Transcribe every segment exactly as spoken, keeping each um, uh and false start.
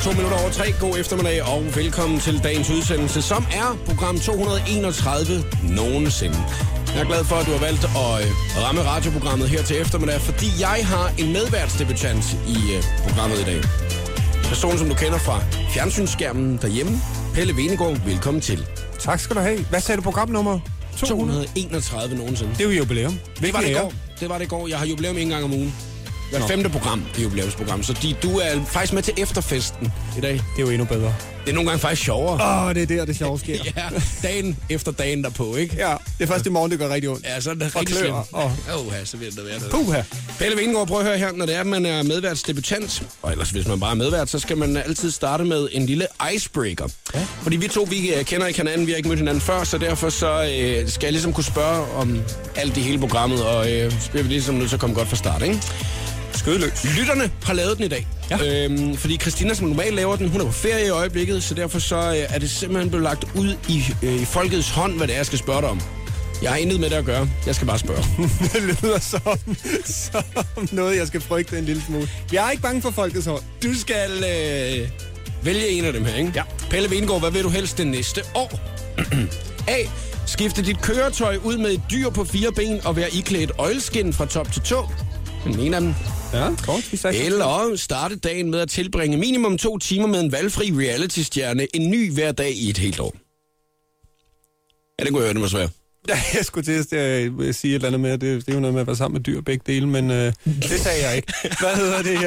To minutter over tre. God eftermiddag og velkommen til dagens udsendelse, som er program to hundrede enogtredive nogensinde. Jeg er glad for, at du har valgt at ramme radioprogrammet her til eftermiddag, fordi jeg har en medværtsdebutant i programmet i dag. Person, som du kender fra fjernsynsskærmen derhjemme. Pelle Venegård, velkommen til. Tak skal du have. Hvad sagde du programnummer? to hundrede enogtredive nogensinde. Det er jo jubilæum. Det var det i går. Det var det i går. Jeg har jubilæum en gang om ugen. Det er det femte program, det er jubilæumsprogram. Så de, du er faktisk med til efterfesten i dag. Det er jo endnu bedre. Det er nogle gange faktisk sjovere. Åh, oh, det er der, det sjove sker. Ja, dagen efter dagen derpå, ikke? Ja, det er først i morgen, det gør rigtig ondt. Ja, så er det rigtig slemt. Åh, oh. oh, så vil det være det. Puha. Pelle Venegård, prøv at høre her. Når det er, at man er medværtsdebutant, og ellers hvis man bare er medvært, så skal man altid starte med en lille icebreaker. Ja. Fordi vi to, vi kender ikke hinanden, vi har ikke mødt hinanden før, så derfor så øh, skal jeg ligesom kunne spørge om alt det hele programmet, og øh, så bliver vi ligesom nødt til at komme godt fra start, ikke? Skødeløs. Lytterne har lavet den i dag. Ja. Øhm, fordi Christina, som normalt laver den, hun er på ferie i øjeblikket, så derfor så øh, er det simpelthen blevet lagt ud i, øh, i folkets hånd, hvad det er, jeg skal spørge dig om. Jeg har intet med det at gøre. Jeg skal bare spørge. Det lyder som, som noget, jeg skal frygte en lille smule. Jeg er ikke bange for folkets hånd. Du skal øh, vælge en af dem her, ikke? Ja. Pelle Venegård, hvad vil du helst det næste år? A. Skifte dit køretøj ud med et dyr på fire ben og være iklædt øjelskin fra top til tå. Den ene af dem. Ja, godt. Eller starte dagen med at tilbringe minimum to timer med en valgfri reality-stjerne, en ny hver dag i et helt år. Ja, det kunne jeg høre, det må svære. Ja, jeg skulle til at uh, sige et eller andet med, det, det er jo noget med at være sammen med dyr begge dele, men uh, det sagde jeg ikke. Hvad hedder det?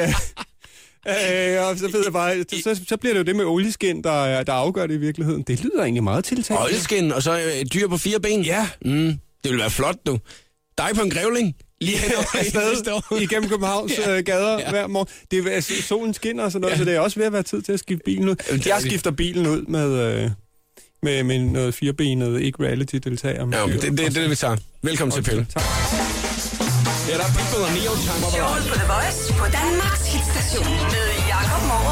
Uh, og så ved jeg bare, så, så bliver det jo det med olieskin, der, der afgør det i virkeligheden. Det lyder egentlig meget tiltagende. Olieskin, og så et dyr på fire ben? Ja. Mm, det vil være flot, du. Dig på en grævling? Lige afsted igennem Københavns ja. uh, gader ja. hver morgen. Det er, altså, solen skinner og sådan noget, ja. Så det er også ved at være tid til at skifte bilen ud. Jeg skifter bilen ud med, uh, med, med noget firebenet, ikke reality-deltager. Ja, det, det, det er det, vi tager. Velkommen til Pelle. Tak. Ja, der er Pitbull og Neo Time Up. Showet på The Voice på Danmarks hitstation med Jakob Morup.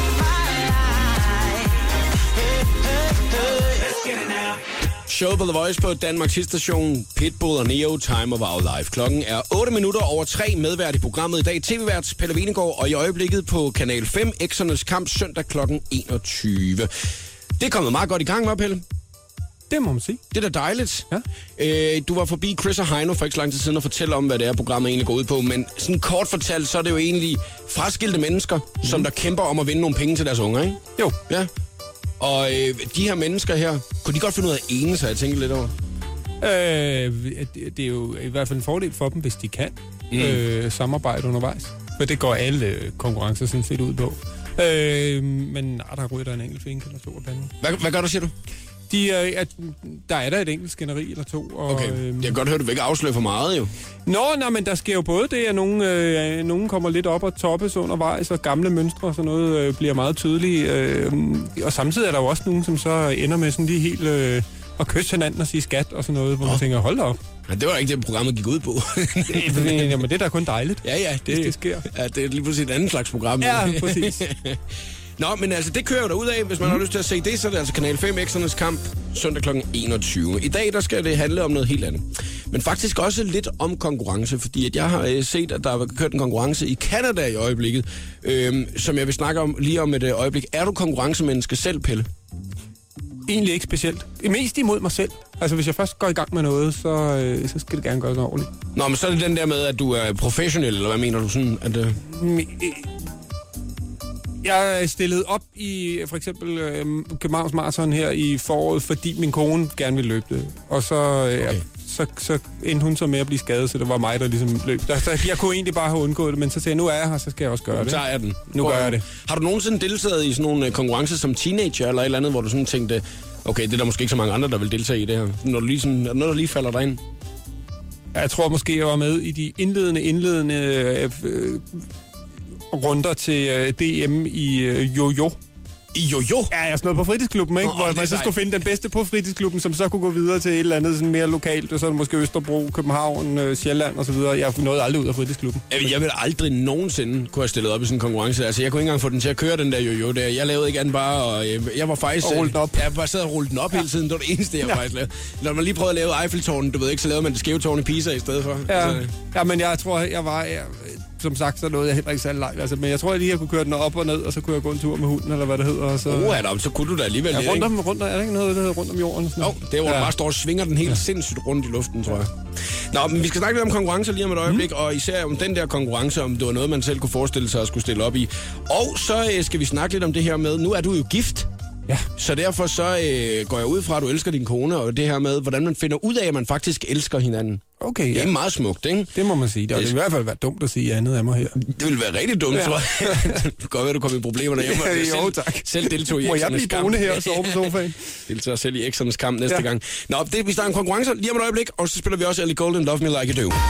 Showet på The Voice på Danmarks hitstation, Pitbull og Neo, Time of Our Life. Klokken er otte minutter over tre, medvært i programmet i dag. T V-vært Pelle Venegård, og i øjeblikket på Kanal fem, X'ernes kamp søndag klokken enogtyve. Det er kommet meget godt i gang, hva' Pelle? Det må man sige. Det er da dejligt. Ja. Øh, du var forbi Chris og Heino for ikke så lang tid siden og fortælle om, hvad det er, programmet egentlig går ud på. Men sådan kort fortalt, så er det jo egentlig fraskilte mennesker, mm. som der kæmper om at vinde nogle penge til deres unger, ikke? Jo. Ja. Og øh, de her mennesker her, kunne de godt finde ud af at ene sig, jeg tænker lidt over? Øh, det er jo i hvert fald en fordel for dem, hvis de kan mm. øh, samarbejde undervejs. For det går alle konkurrencer sådan set ud på. Øh, men nej, der ryger der en enkelt fink eller to af panden. Hvad, hvad gør du, siger du? De, øh, at, der er der et enkelt skænderi eller to. Og, okay, øh, jeg kan godt høre, du vil ikke afsløre for meget, jo. Nå, nej, men der sker jo både det, at nogen, øh, nogen kommer lidt op og toppes undervejs, og gamle mønstre og sådan noget øh, bliver meget tydelige. Øh, og samtidig er der jo også nogen, som så ender med sådan lige helt øh, at kysse hinanden og sige skat og sådan noget, hvor oh. man tænker, hold da op. Ja, det var ikke det, programmet gik ud på. Jamen, det er da kun dejligt. Ja, ja, det, det sker. Ja, det er lige pludselig et andet slags program. Ja, præcis. Nå, men altså, det kører jo derud af. Hvis man mm. har lyst til at se det, så er det altså Kanal fem, X'ernes kamp, søndag klokken enogtyve. I dag, der skal det handle om noget helt andet. Men faktisk også lidt om konkurrence, fordi at jeg har øh, set, at der har kørt en konkurrence i Canada i øjeblikket, øh, som jeg vil snakke om lige om et øh, øjeblik. Er du konkurrencemenneske selv, Pelle? Egentlig ikke specielt. Mest imod mig selv. Altså, hvis jeg først går i gang med noget, så, øh, så skal det gerne gøres ordentligt. Nå, men så er det den der med, at du er professionel, eller hvad mener du sådan? At, øh... Jeg er stillet op i for eksempel øh, Københavns Marathon her i foråret, fordi min kone gerne ville løbe det. Og så, øh, okay. så, så endte hun så med at blive skadet, så det var mig, der ligesom løb. Der, så jeg kunne egentlig bare have undgået det, men så sagde jeg, nu er jeg her, så skal jeg også gøre det. Nu tager jeg den. Nu gør jeg det. Har du nogensinde deltaget i sådan nogle konkurrencer som teenager, eller et eller andet, hvor du sådan tænkte, okay, det er der måske ikke så mange andre, der vil deltage i det her. Når du lige sådan, er der noget, der lige falder dig ind? Jeg tror måske, jeg var med i de indledende, indledende øh, øh, runder til øh, D M i øh, jojo. I jojo? Ja, jeg snød på fritidsklubben, ikke? Oh, hvor man så skulle finde den bedste på fritidsklubben, som så kunne gå videre til et eller andet sådan mere lokalt, og så måske Østerbro, København, øh, Sjælland og så videre. Jeg nåede aldrig ud af fritidsklubben. Jeg, jeg vil aldrig nogensinde kunne have stillet op i sådan en konkurrence. Altså, jeg kunne ikke engang få den til at køre den der jojo der. Jeg lavede ikke andet bare, og øh, jeg var faktisk... Og rullet den op. Jeg bare sad og rullet den op ja. hele tiden. Det var det eneste, jeg ja. faktisk lavede. Når man lige prøvede at lave Eiffeltårnen, du ved ikke, så lavede man det skæve tårn i Pisa i stedet for. Ja, altså, ja men jeg tror, jeg var... Jeg, som sagt, så nåede jeg heller ikke særlig langt. Altså, men jeg tror, jeg lige, jeg kunne køre den op og ned, og så kunne jeg gå en tur med hunden, eller hvad det hedder. Og så, oh, ja, så kunne du da alligevel ja, lidt, rundt om, rundt om, er der ikke noget, der hedder rundt om jorden? Jo, oh, det er, hvor ja. du bare står og svinger den helt ja. sindssygt rundt i luften, tror jeg. Nå, men vi skal snakke lidt om konkurrencer lige om et øjeblik, mm. og især om den der konkurrence, om det var noget, man selv kunne forestille sig at skulle stille op i. Og så øh, skal vi snakke lidt om det her med, nu er du jo gift. Ja. Så derfor så øh, går jeg ud fra, at du elsker din kone, og det her med, hvordan man finder ud af, at man faktisk elsker hinanden. Okay, ja. Det er meget smukt, ikke? Det må man sige. Det ville i hvert fald være dumt at sige andet af mig her. Det ville være rigtig dumt, ja. tror jeg. Du kan godt være, du kommer i problemer derhjemme. Ja, selv, jo, tak. Selv deltog i Må jeg blive boende her og sove på sofaen? Deltager selv i X'ernes kamp næste ja. gang. Nå, det, vi starter en konkurrence lige om et øjeblik, og så spiller vi også Ellie Goulding, Love Me Like You Do.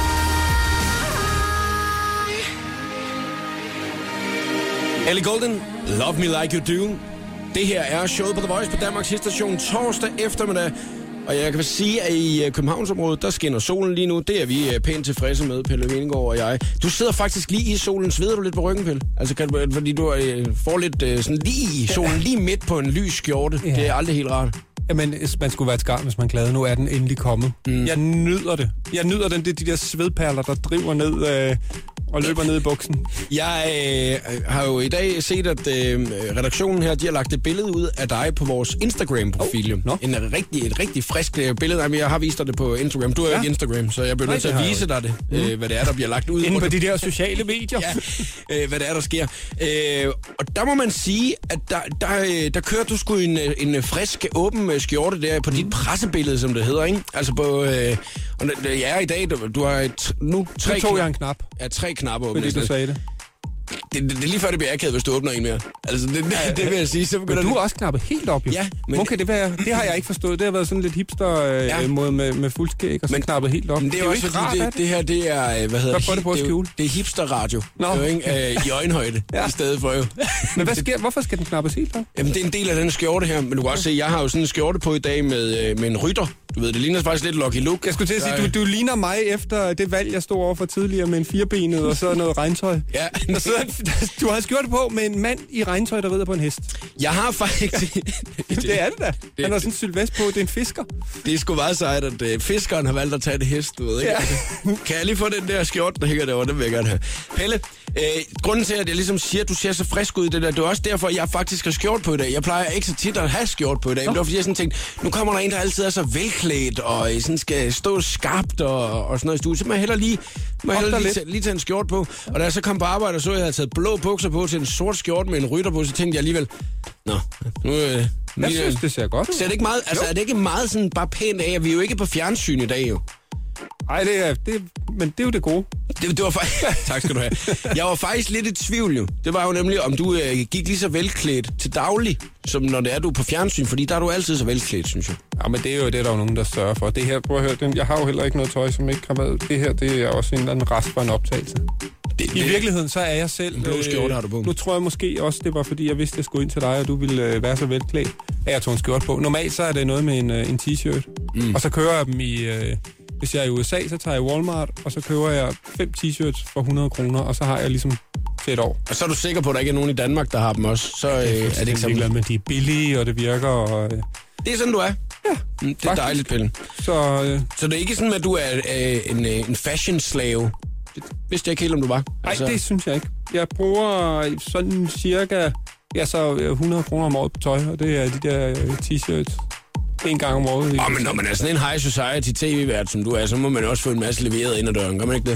Ellie Goulding, Love Me Like You Do. Det her er showet på The Voice på Danmarks Hitstation torsdag eftermiddag. Og jeg kan sige, at i Københavnsområdet, der skinner solen lige nu. Det er vi pænt tilfredse med, Pelle Vingegaard og jeg. Du sidder faktisk lige i solen. Sveder du lidt på ryggen, Pelle? Altså, kan du, fordi du får lidt sådan lige i solen, lige midt på en lys skjorte. Ja. Det er aldrig helt rart. Jamen, man skulle være et skarn, hvis man klagede. Nu er den endelig kommet. Mm. Jeg nyder det. Jeg nyder den, det de der svedperler, der driver ned øh, og løber ned i buksen. Jeg øh, har jo i dag set, at øh, redaktionen her, de har lagt et billede ud af dig på vores Instagram-profil. Oh, no. En rigtig, et rigtig frisk billede. Jamen, jeg har vist dig det på Instagram. Du er jo ja. ikke Instagram, så jeg bliver nødt til at vise dig det, mm. øh, hvad det er, der bliver lagt ud. Inden på de der sociale medier. Ja, øh, hvad det er, der sker. Øh, og der må man sige, at der, der, der kører du sgu en, en frisk, åben skjorte der på dit pressebillede, som det hedder, ikke? Altså på... Øh, og ja, i dag, du, du har et, nu tre... Nu tog jeg en knap. Ja, tre knapper åbne. Fordi du sagde det. Det, det, det er lige før, det bliver akavet, hvis du åbner en mere. Altså, det, det, det vil jeg sige. Så men du har også knappet helt op, jo. Ja, men... Okay, det, være, det har jeg ikke forstået. Det har været sådan lidt hipster-måde øh, ja. med, med fuldskæg, og så men, knappet helt op. Men det er, det er også, fordi rart, det, det her, det er... Hvad hedder hvad det? Det, det, det er hipster-radio. Nå. Det er jo ikke øh, i øjenhøjde ja. i stedet for jo. Men hvad sker, hvorfor skal den knappes helt op? Jamen, det er en del af den skjorte her. Men du kan også se, jeg har jo sådan en skjorte på i dag med, øh, med en rytter. Du ved, det ligner faktisk lidt Lucky Luke. Jeg skulle til at sige, du, du ligner mig efter det valg, jeg stod over for tidligere med en firebenet og så noget regntøj. Ja. Og så, du har skjort på med en mand i regntøj, der rider på en hest. Jeg har faktisk... det er det da. Han har sådan en sylvest på, det er en fisker. Det er sgu meget sejt, at uh, fiskeren har valgt at tage det hest, du ved ikke? Ja. Altså, kan jeg lige få den der skjort, der hænger derovre? Det vil jeg gerne have. Pelle, øh, grunden til, at jeg ligesom siger, at du ser så frisk ud i det der, det er også derfor, at jeg faktisk har skjort på i dag. Jeg plejer ikke så tit at have skjort på i dag, men det var fordi, jeg sådan tænkte, nu kommer der en, der altid er så velklædt, og sådan skal stå skarpt og, og sådan noget i studiet. Så må jeg hellere lige, må jeg hellere lige, tage, lige tage en skjort på. Og da jeg så kom på arbejde og så, at jeg havde taget blå bukser på til en sort skjort med en rytter på, så tænkte jeg alligevel, nå, nu... Øh, jeg synes, det ser godt ud. Ser det ikke meget, altså, er det ikke meget sådan bare pænt af, at vi er jo ikke på fjernsyn i dag, jo? Nej, det er, det, men det er jo det gode. Det, det var faktisk... tak skal du have. Jeg var faktisk lidt i tvivl, jo. Det var jo nemlig, om du øh, gik lige så velklædt til daglig, som når det er, du er på fjernsyn, fordi der er du altid så velklædt, synes jeg. Ja, men det er jo det, der er jo nogen, der sørger for. Det her, prøv at høre, det, jeg har jo heller ikke noget tøj, som ikke har været... Det her, det er også en eller anden rest for en optagelse. Det, I det, virkeligheden, så er jeg selv... En blå skjorte har du på. Nu tror jeg måske også, det var fordi, jeg vidste, jeg skulle ind til dig, og du ville øh, være så velklædt, at jeg tog en skjorte på. Normalt så er det noget med en, øh, en t-shirt, mm. og så kører jeg dem i... Øh, hvis jeg er i U S A, så tager jeg i Walmart, og så køber jeg fem t-shirts for hundrede kroner, og så har jeg ligesom til et år. Og så er du sikker på, at der ikke er nogen i Danmark, der har dem også? Så øh, er det ikke sådan. Men de er billige, og det virker, og... Øh... Det er sådan, du er? Ja. Mm, det er faktisk dejligt, Pelle. Så, øh... så det er ikke sådan, at du er øh, en, øh, en fashion-slave? Det vidste jeg ikke helt, om du var. Nej, altså... det synes jeg ikke. Jeg bruger sådan cirka ja, så hundrede kroner om året på tøj, og det er de der øh, t-shirts. En gang om året. Åh, oh, men når man er sådan en high society tv-vært, som du er, så må man også få en masse leveret ind ad døren. Gør man ikke det?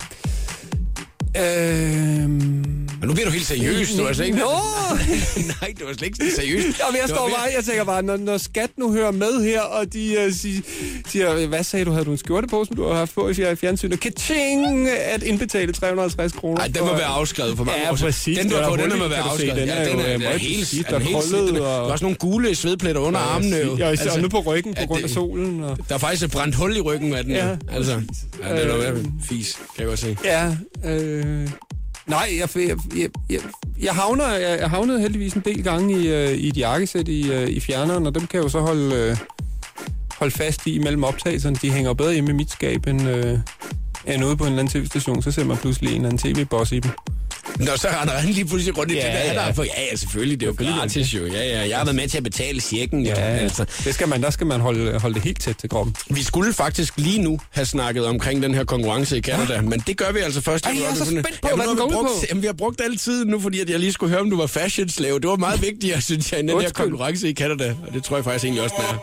Øhm... Men nu bliver du helt seriøs, du er slet ikke... Nå! Nej, du er slet ikke seriøs. Jamen, jeg står bare, jeg tænker bare, når, når skat nu hører med her, og de uh, siger, siger, hvad sagde du, havde du en skjorte på, som du har haft på i fjernsynet? Ka-ching! At indbetale tre hundrede og halvtreds kroner. Nej, den må være afskrevet for mange ja, år. Præcis. Den, du har på, den må være afskrevet. Den ja, den er, er, er, er helt skidt, der er helt slidt. Der er også nogle gule svedpletter under ja, armene. Jo. Ja, altså, og nu på ryggen på grund af solen. Og... Der er faktisk et brændt hul i ryggen af den. Ja, altså, ja, det er jo øh, fis, kan jeg godt se. Ja, øh... Nej, jeg, jeg, jeg, jeg, jeg, havner, jeg, jeg havnede heldigvis en del gange i, uh, i et jakkesæt i, uh, i fjerneren, og dem kan jeg jo så holde, uh, holde fast i mellem optagelserne. De hænger bedre hjemme i mit skab, end, uh, end ude på en eller anden tv-station. Så ser man pludselig en eller anden tv-boss i dem. Nå, så render han lige pludselig rundt i Ja, det der. ja. Der for, ja, ja, selvfølgelig. Det er jo gratis jo. Ja, ja. Jeg har været med til at betale checken. Ja, Ja, altså. det skal man, der skal man holde, holde det helt tæt til kroppen. Vi skulle faktisk lige nu have snakket omkring den her konkurrence i Canada, ja. men det gør vi altså først. Ej, jeg er så spændt på, jamen, hvad den nu har går vi ud brugt, på. jamen, vi har brugt al tiden nu, fordi at jeg lige skulle høre, om du var fashion-slave. Det var meget vigtigt, synes jeg, i den her Undskyld. konkurrence i Canada. Og det tror jeg faktisk egentlig også, den er.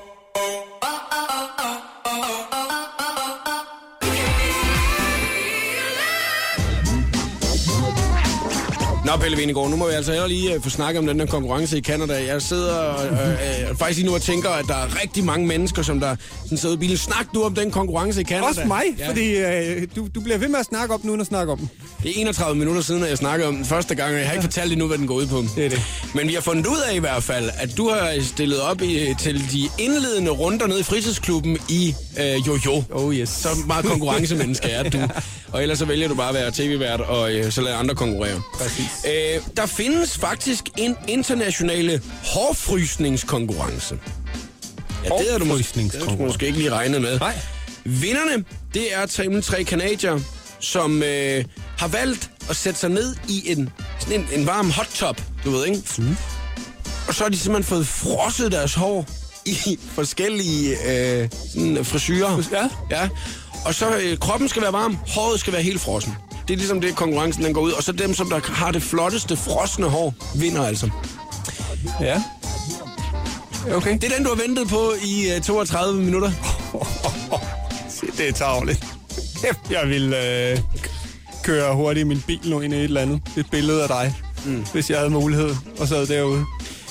Nå, Pelle Vingegaard, nu må vi altså heller lige uh, få snakket om den her konkurrence i Canada. Jeg sidder og, uh, uh, faktisk lige nu og tænker, at der er rigtig mange mennesker, som der sådan sidder i bilen. Snak nu om den konkurrence i Canada. Også mig, Ja. fordi øh, du, du bliver ved med at snakke om den, uden at snakke om den. Det er enogtredive minutter siden, at jeg snakkede om den første gang, og jeg har ikke fortalt endnu, hvad den går ud på. Det er det. Men vi har fundet ud af i hvert fald, at du har stillet op i, til de indledende runder nede i fritidsklubben i øh, Jojo. Oh yes. Så meget konkurrencemenneske er du. Og ellers så vælger du bare at være tv-vært, og øh, så lader andre konkurrere. Præcis. Øh, der findes faktisk en internationale hårfrysningskonkurrence. Ja, det havde du måske, det havde du måske ikke lige regnet med. Nej. Vinderne, det er tre, tre canadier, som øh, har valgt at sætte sig ned i en, sådan en, en varm hot tub, du ved, ikke? Mm. Og så har de simpelthen fået frosset deres hår i forskellige øh, sådan, frisyrer. Ja. Ja. Og så øh, kroppen skal være varm, håret skal være helt frossen. Det er ligesom det, konkurrencen den går ud. Og så dem, som der har det flotteste frosne hår, vinder altså. Ja. Okay. Det er den, du har ventet på i øh, toogtredive minutter. Det er tarveligt. Jeg vil øh, køre hurtigt i min bil nu ind i et eller andet. Et billede af dig, mm. hvis jeg havde mulighed, og sad derude.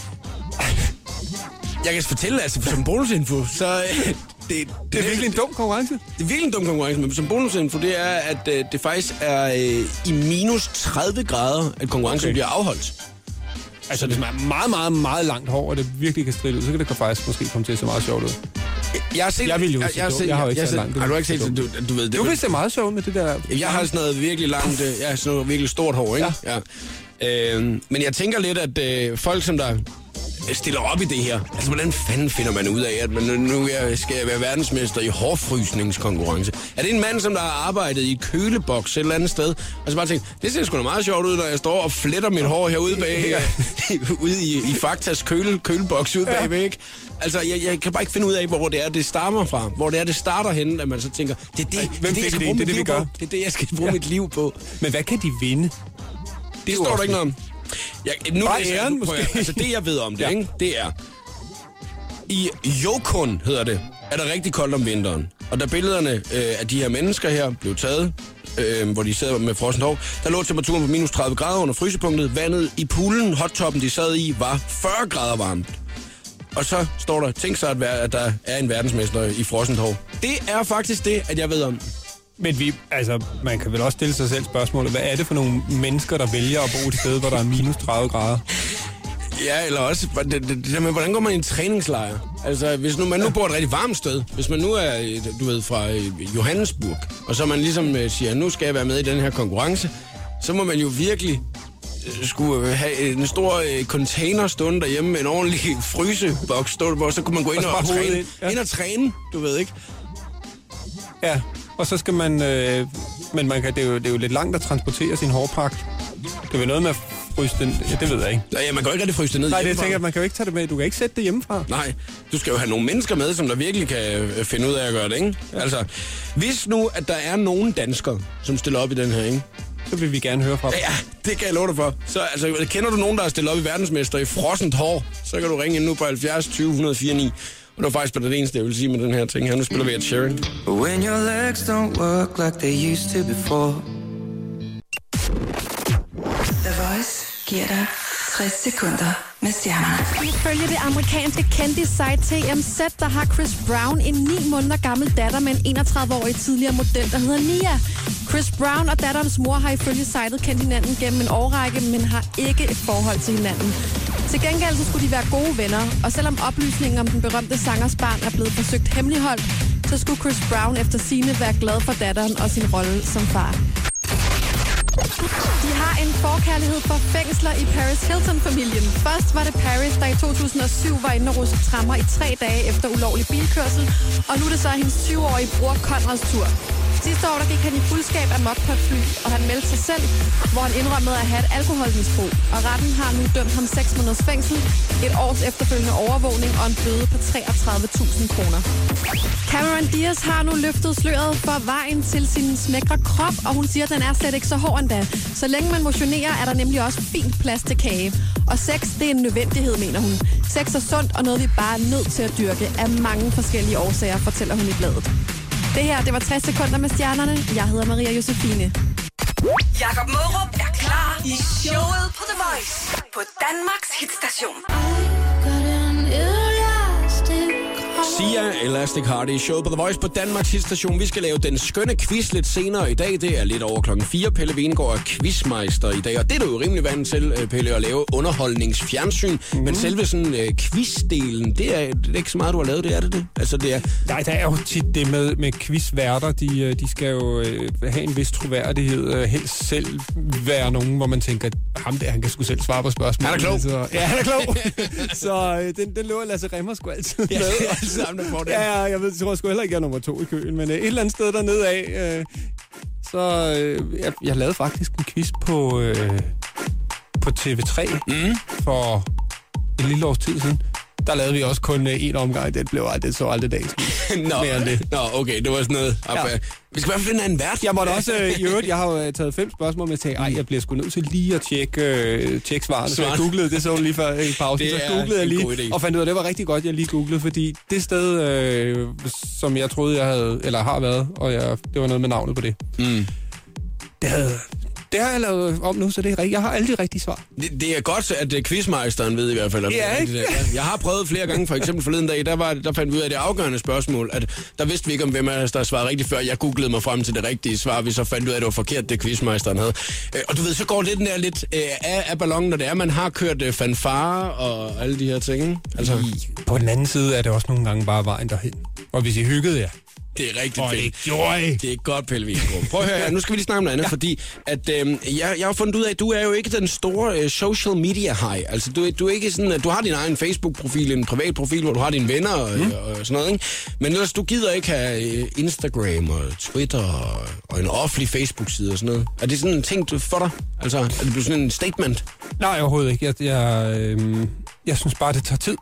Jeg kan fortælle, altså som bonusinfo, så... Øh, det, det, Det er virkelig en dum konkurrence. Det er virkelig en dum konkurrence, men som bonusinfo, det er, at øh, det faktisk er øh, i minus tredive grader, at konkurrencen okay. bliver afholdt. Altså, hvis man er meget, meget, meget langt hår, og det virkelig kan stride ud, så kan det faktisk måske komme til at se meget sjovt ud. Jeg har set... Jeg vil jo jeg, se jeg, det. set, Jeg har jo ikke jeg, så jeg, langt. Har du ikke set det? Du, du ved det. Du vil se meget sjovt med det der... Jeg har sådan noget virkelig langt... øh, Jeg har sådan noget virkelig stort hår, ikke? Ja. ja. Øh, men jeg tænker lidt, at øh, folk, som der stiller op i det her... Altså, hvordan fanden finder man ud af, at man nu skal jeg være verdensmester i hårfrysningskonkurrence? Er det en mand, som der har arbejdet i køleboks et eller andet sted, og så bare tænkt, det ser sgu da meget sjovt ud, når jeg står og fletter mit hår herude bag, ude i, i Faktas køle, køleboks ude bagved, ikke? Altså, jeg, jeg kan bare ikke finde ud af, hvor det er, det stammer fra. Hvor det er, det starter henne, at man så tænker, det er det, Ej, det, er det jeg skal bruge det, mit det, liv vi gør. på. Det er det, jeg skal bruge ja. mit liv på. Men hvad kan de vinde? Det, det står der ikke noget om. Jeg, nu Bare læser jeg- æren, nu prøver jeg- måske. Altså, det jeg ved om det, Ja. ikke? Det er... I Yukon, hedder det, er der rigtig koldt om vinteren. Og da billederne øh, af de her mennesker her blev taget, øh, hvor de sidder med frossent hår, der lå temperaturen på minus tredive grader under frysepunktet. Vandet i poolen, hottoppen, de sad i, var fyrre grader varmt. Og så står der, tænk sig, at, være, at der er en verdensmester i frossent hår. Det er faktisk det, at jeg ved om. Men vi, altså, man kan vel også stille sig selv spørgsmålet, hvad er det for nogle mennesker, der vælger at bo et sted, hvor der er minus tredive grader? Ja, eller også, det, det, det der med, hvordan går man i en træningslejr? Altså, hvis nu, man nu bor et rigtig varmt sted, hvis man nu er, du ved, fra Johannesburg, og så man ligesom siger, nu skal jeg være med i den her konkurrence, så må man jo virkelig øh, skulle have en stor øh, container stående derhjemme, en ordentlig fryseboks stående på, så kunne man gå ind og, Og og så bare træne, ind, ja. ind og træne, du ved ikke? Ja, og så skal man... Øh, men man kan, det, er jo, det er jo lidt langt at transportere sin hårpakke. Det er vel noget med at fryse den... Ja, det ved jeg ikke. Ja, man kan jo ikke rigtig fryse det ned Nej, det hjemmefra. tænker jeg, man kan jo ikke tage det med. Du kan ikke sætte det hjemmefra. Nej, du skal jo have nogle mennesker med, som der virkelig kan øh, finde ud af at gøre det, ikke? Ja. Altså, hvis nu, at der er nogen danskere, som stiller op i den her, ikke? Så vil vi gerne høre fra dem. Ja, det kan jeg love dig for. Så altså, kender du nogen, der er stillet op i verdensmester i frossent hår, så kan du ringe ind nu på halvfjerds tyve et nul fire ni. Og det var faktisk på det eneste, jeg vil sige med den her ting her. Nu spiller vi et Sharon. When your legs don't work like they used to before. The Voice giver dig tres sekunder med stjernerne. Ifølge det amerikanske kendis-site T M Z, der har Chris Brown en ni måneder gammel datter med en enogtredive-årig tidligere model, der hedder Nia. Chris Brown og datterens mor har ifølge sitet kendt hinanden gennem en årrække, men har ikke et forhold til hinanden. Til gengæld så skulle de være gode venner, og selvom oplysningen om den berømte sangers barn er blevet forsøgt hemmeligholdt, så skulle Chris Brown efter sigende være glad for datteren og sin rolle som far. De har en forkærlighed for fængsler i Paris Hilton-familien. Først var det Paris, der i to tusind og syv var inde og ruske tremmer i tre dage efter ulovlig bilkørsel, og nu er det så hendes tyve-årige bror Conrads tur. Sidste år der gik han i fuldskab af mod på et fly, og han meldte sig selv, hvor han indrømmede at have et alkoholmisbrug. Og retten har nu dømt ham seks måneders fængsel, et års efterfølgende overvågning og en bøde på treogtredive tusind kroner. Cameron Diaz har nu løftet sløret for vejen til sin smækre krop, og hun siger, at den er slet ikke så hård endda. Så længe man motionerer, er der nemlig også fint plads til kage. Og sex, det er en nødvendighed, mener hun. Sex er sundt og noget, vi bare er nødt til at dyrke af mange forskellige årsager, fortæller hun i bladet. Det her, det var tres sekunder med stjernerne. Jeg hedder Maria Josefine. Jakob Mårup er klar i showet på The Voice på Danmarks hitstation. Sia, Elastic Heart i showet på The Voice på Danmarks hitstation. Vi skal lave den skønne quiz lidt senere i dag. Det er lidt over klokken fire. Pelle Vingegaard er quizmeister i dag, og det er du jo rimelig vant til, Pelle, at lave underholdningsfjernsyn. Mm. Men selve sådan uh, quizdelen, det er, det er ikke så meget, du har lavet, det er det det? Altså, det er... Nej, der er jo tit det med, med quizværter. De, de skal jo uh, have en vis troværdighed. Uh, helst selv være nogen, hvor man tænker, at ham der, han kan sgu selv svare på spørgsmål. Han er klog. Så, ja, han er klog. Så uh, den, den løber Lasse Remmer sgu altid med. Ja, Ja, jeg ved, jeg tror sgu heller ikke, jeg er nummer to i køen, men uh, et eller andet sted dernede af, uh, så uh, jeg, jeg lavede faktisk en quiz på, uh, på T V tre mm. for en lille års tid siden. Der lavede vi også kun én omgang. Det blev aldrig, så aldrig dagens. Nå, Nå, okay, det var sådan noget. Ja. Vi skal i hvert fald finde en vært. Jeg måtte også, i øvrigt, jeg har jo taget fem spørgsmål med til, ej, jeg bliver sgu nødt til lige at tjekke, uh, tjekke svarene. Så jeg googlede det så lige før i pausen. Så googlede jeg lige, og fandt ud af, det var rigtig godt, jeg lige googlede, fordi det sted, øh, som jeg troede, jeg havde, eller har været, og jeg, det var noget med navnet på det. Mm. Det havde... Det har jeg lavet om nu, så det er rigtigt. Jeg har alle de rigtige svar. Det, det er godt, at quizmeisteren ved i hvert fald. At ja, ikke? Det jeg har prøvet flere gange, for eksempel forleden dag, der, var, der fandt vi ud af det afgørende spørgsmål, at der vidste vi ikke, om hvem af os, der svarede rigtigt, før jeg googlede mig frem til det rigtige svar. Vi så fandt ud af, at det var forkert, det quizmeisteren havde. Og du ved, så går det den der lidt øh, af, af ballonen, når det er, man har kørt øh, fanfare og alle de her ting. Altså. I, på den anden side er det også nogle gange bare vejen derhen. Og hvis I hyggede jer, det er rigtig fedt. Det gjorde I. Det er godt, Pelle Vingegaard. Prøv at høre her. Nu skal vi lige snakke om noget andet, ja. fordi at, øh, jeg, jeg har fundet ud af, at du er jo ikke den store øh, social media high. Altså, du, du er ikke sådan, at du har din egen Facebook-profil, en privat profil, hvor du har dine venner og, mm. og sådan noget, ikke? Men ellers, du gider ikke have øh, Instagram og Twitter og, og en offentlig Facebook-side og sådan noget. Er det sådan en ting for dig? Altså, er det blevet sådan en statement? Nej, overhovedet ikke. Jeg, jeg, øh, jeg synes bare, det tager tid.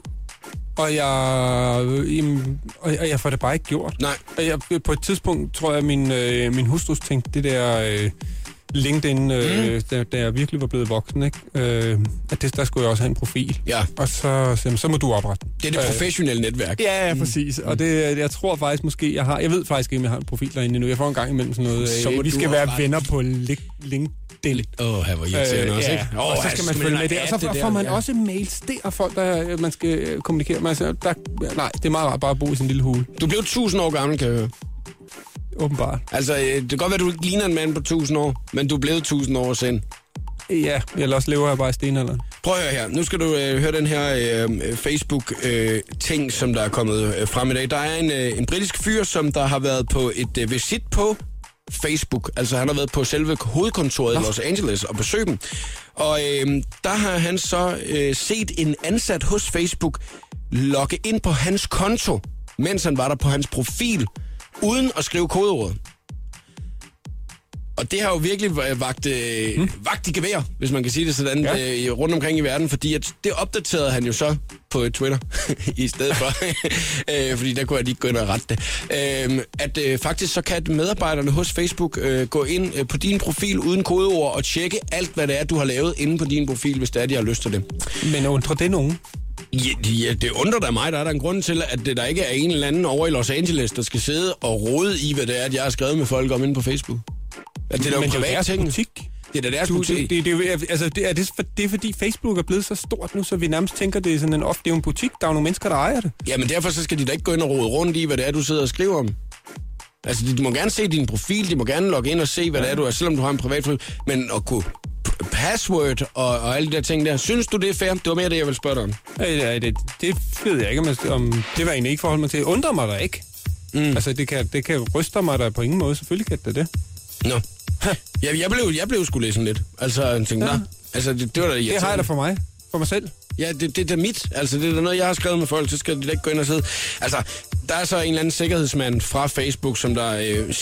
Og jeg, øh, og jeg får det bare ikke gjort. Nej. Og jeg, på et tidspunkt tror jeg, at min, øh, min hustrus tænkte, det der øh, LinkedIn, øh, mm. da, da jeg virkelig var blevet voksen, ikke? Øh, at det, der skulle jeg også have en profil. Ja. Og så, så, så må du oprette den. Det er det professionelle øh, netværk. Ja, ja, præcis. Mm. Og det, jeg tror faktisk måske, jeg har... Jeg ved faktisk ikke, om jeg har en profil derinde nu. Jeg får en gang imellem sådan noget... Øh, vi skal være oprette. venner på LinkedIn. Åh, oh, her var irriterende øh, også, ikke? Oh, og så skal man følge med det. Og så får der, man ja. også mails. Det er folk, der man skal kommunikere med. Altså, der, nej, det er meget rart bare at bo i sin lille hule. Du blev tusind år gammel, kan jeg høre. Åbenbart. Altså, det kan godt være, at du ikke ligner en mand på tusind år, men du er blevet tusind år siden. Ja, eller også lever jeg bare i stenalderen. Prøv at høre her. Nu skal du øh, høre den her øh, Facebook-ting, øh, som der er kommet øh, frem i dag. Der er en, øh, en britisk fyr, som der har været på et øh, visit på Facebook. Altså, han har været på selve hovedkontoret Nå. i Los Angeles og besøgt dem. Og øh, der har han så øh, set en ansat hos Facebook logge ind på hans konto, mens han var der på hans profil, uden at skrive kodeordet. Og det har jo virkelig vagt, øh, hmm. vagt i gevær, hvis man kan sige det sådan, ja. øh, rundt omkring i verden, fordi at det opdaterede han jo så på Twitter i stedet for, øh, fordi der kunne jeg lige gå ind og rette det. Øh, at øh, faktisk så kan medarbejderne hos Facebook øh, gå ind øh, på din profil uden kodeord og tjekke alt, hvad det er, du har lavet inde på din profil, hvis det er, de har lyst til det. Men undrer det nogen? Ja, ja, det undrer da mig. Der er der en grund til, at det der ikke er en eller anden over i Los Angeles, der skal sidde og rode i, hvad det er, at jeg har skrevet med folk om inde på Facebook. At det er da jo privat ting. Butik. Det er da deres du, butik. Det, det, det, altså, det, er det, for, det er fordi Facebook er blevet så stort nu, så vi nærmest tænker, det er sådan en off, det er en butik. Der er jo nogle mennesker, der ejer det. Ja, men derfor så skal de da ikke gå ind og rode rundt i, hvad det er, du sidder og skriver om. Altså, de, de må gerne se din profil, de må gerne logge ind og se, hvad ja. det er, du er, selvom du har en privat profil. Men at kunne password og, og alle de der ting der, synes du, det er fair? Det var mere det, jeg ville spørge dig om. Ja, det, det ved jeg ikke, om, om det var egentlig ikke forhold mig til. Undrer mig da ikke. Mm. Altså, det kan, det kan ryste mig da på ingen måde. Selvfølgelig kan det det. Nå. Ja, jeg blev, jeg blev sgu læsen lidt. Altså, jeg tænkte, ja. altså, det, det var da irriterende. Det har jeg da for mig. For mig selv. Ja, det, det er da mit. Altså, det er da noget, jeg har skrevet med folk, så skal de da ikke gå ind og sidde. Altså, der er så en eller anden sikkerhedsmand fra Facebook, som der øh, siger,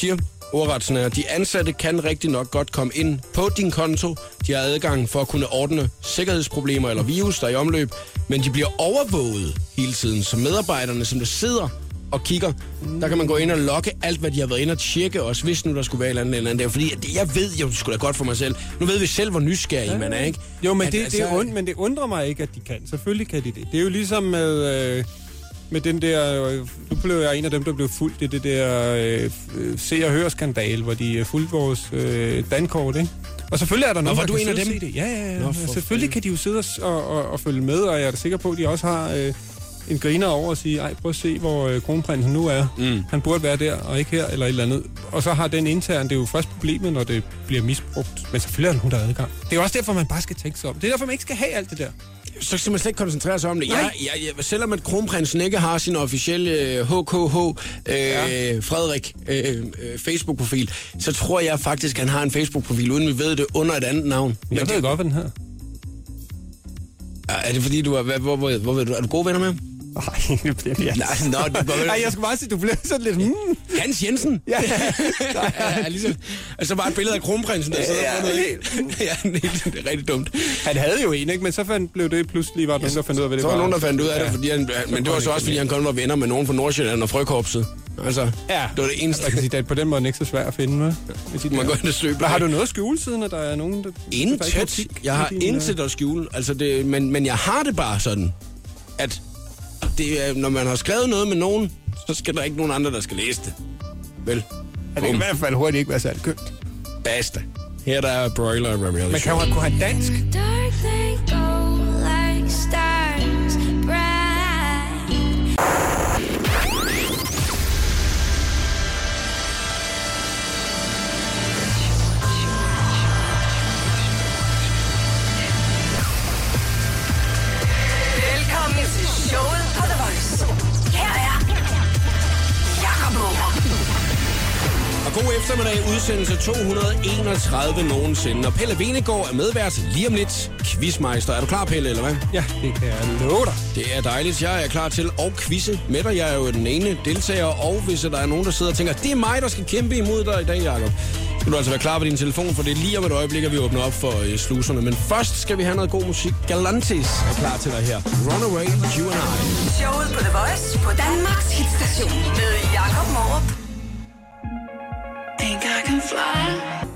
ordret sådan her. De ansatte kan rigtig nok godt komme ind på din konto. De har adgang for at kunne ordne sikkerhedsproblemer eller virus, der er i omløb. Men de bliver overvåget hele tiden. Så medarbejderne, som der sidder og kigger, der kan man gå ind og logge alt, hvad de har været inde og tjekke også, hvis nu der skulle være et eller andet, eller andet der. Fordi jeg ved jo, det skulle da godt for mig selv. Nu ved vi selv, hvor nysgerrig ja. man er, ikke? Jo, men, at, det, altså, det und, men det undrer mig ikke, at de kan. Selvfølgelig kan de det. Det er jo ligesom med, øh, med den der... Øh, nu blev jeg en af dem, der blev fulgt i det der øh, se- og hør-skandal, hvor de øh, fulgte vores øh, dankort, ikke? Og selvfølgelig er der nogen, der kan en af dem? se det. Ja, ja, ja. Nå, selvfølgelig kan de jo sidde og, og, og følge med, og jeg er da sikker på, at de også har... Øh, en griner over og sige, ej, prøv at se, hvor øh, kronprinsen nu er. Mm. Han burde være der, og ikke her, eller et eller andet. Og så har den intern, det er jo først problemet, når det bliver misbrugt. Men selvfølgelig er der nogen, der er adgang. Det er jo også derfor, man bare skal tænke sig om. Det er derfor, man ikke skal have alt det der. Så skal man slet ikke koncentrere sig om det. Jeg, jeg, jeg, selvom at kronprinsen ikke har sin officielle H K H øh, ja. Frederik øh, øh, Facebook-profil, så tror jeg faktisk, at han har en Facebook-profil, uden vi ved det, under et andet navn. Jeg Men ved det, godt, hvad den her. Er det fordi, du er, hvor, hvor, hvor, hvor, er du gode venner med ham? Nej, det bliver jeg. Nej, nå, det var... Ej, jeg skulle bare sige, du bliver sådan lidt... Hmm. Hans Jensen? Ja, ja. ja, ligesom, altså bare et billede af kronprinsen, der sidder ja, på noget. Ja, det er rigtig dumt. Han havde jo en, ikke? Men så fandt, blev det pludselig, var der så fandt ud af, hvad det var. var. Så var nogen, der fandt ud af det, fordi han, men det var så også, fordi han kun var venner med nogen fra Nordsjælland og Frøkorpset. Altså, ja. Det var det eneste. Jeg kan sige, at på den måde er ikke så svært at finde, med. Ja. Man går ind og søger. Har du noget at skjule, siden at der er nogen, der... Intet. Jeg har intet at skjule. Altså, det, men, men jeg har det bare sådan, at det er, når man har skrevet noget med nogen, så skal der ikke nogen andre, der skal læse det. Vel? Ja, det kan i hvert fald hurtigt ikke være særlig kønt. Basta. Her der er Broiler og Reality. Man kan jo kunne have dansk. Dark they go like stars bright. Velkommen til showet på The Voice. Her er Jakob Morup. Og god eftermiddag, udsendelse to hundrede enogtredive nogensinde. Og Pelle Venegård er medvært lige om lidt. Quizmeister. Er du klar, Pelle, eller hvad? Ja, det kan jeg love dig. Det er dejligt. Jeg er klar til at quizze med dig. Jeg er jo den ene deltager, og hvis der er nogen, der sidder og tænker, det er mig, der skal kæmpe imod dig i dag, Jakob, skal du altså være klar på din telefon, for det er lige om et øjeblik, at vi åbner op for uh, sluserne. Men først skal vi have noget god musik. Galantis er klar til dig her. Runaway, You and I. Showet på The Voice på Danmarks hitstation med Jakob Morup. Think I can fly.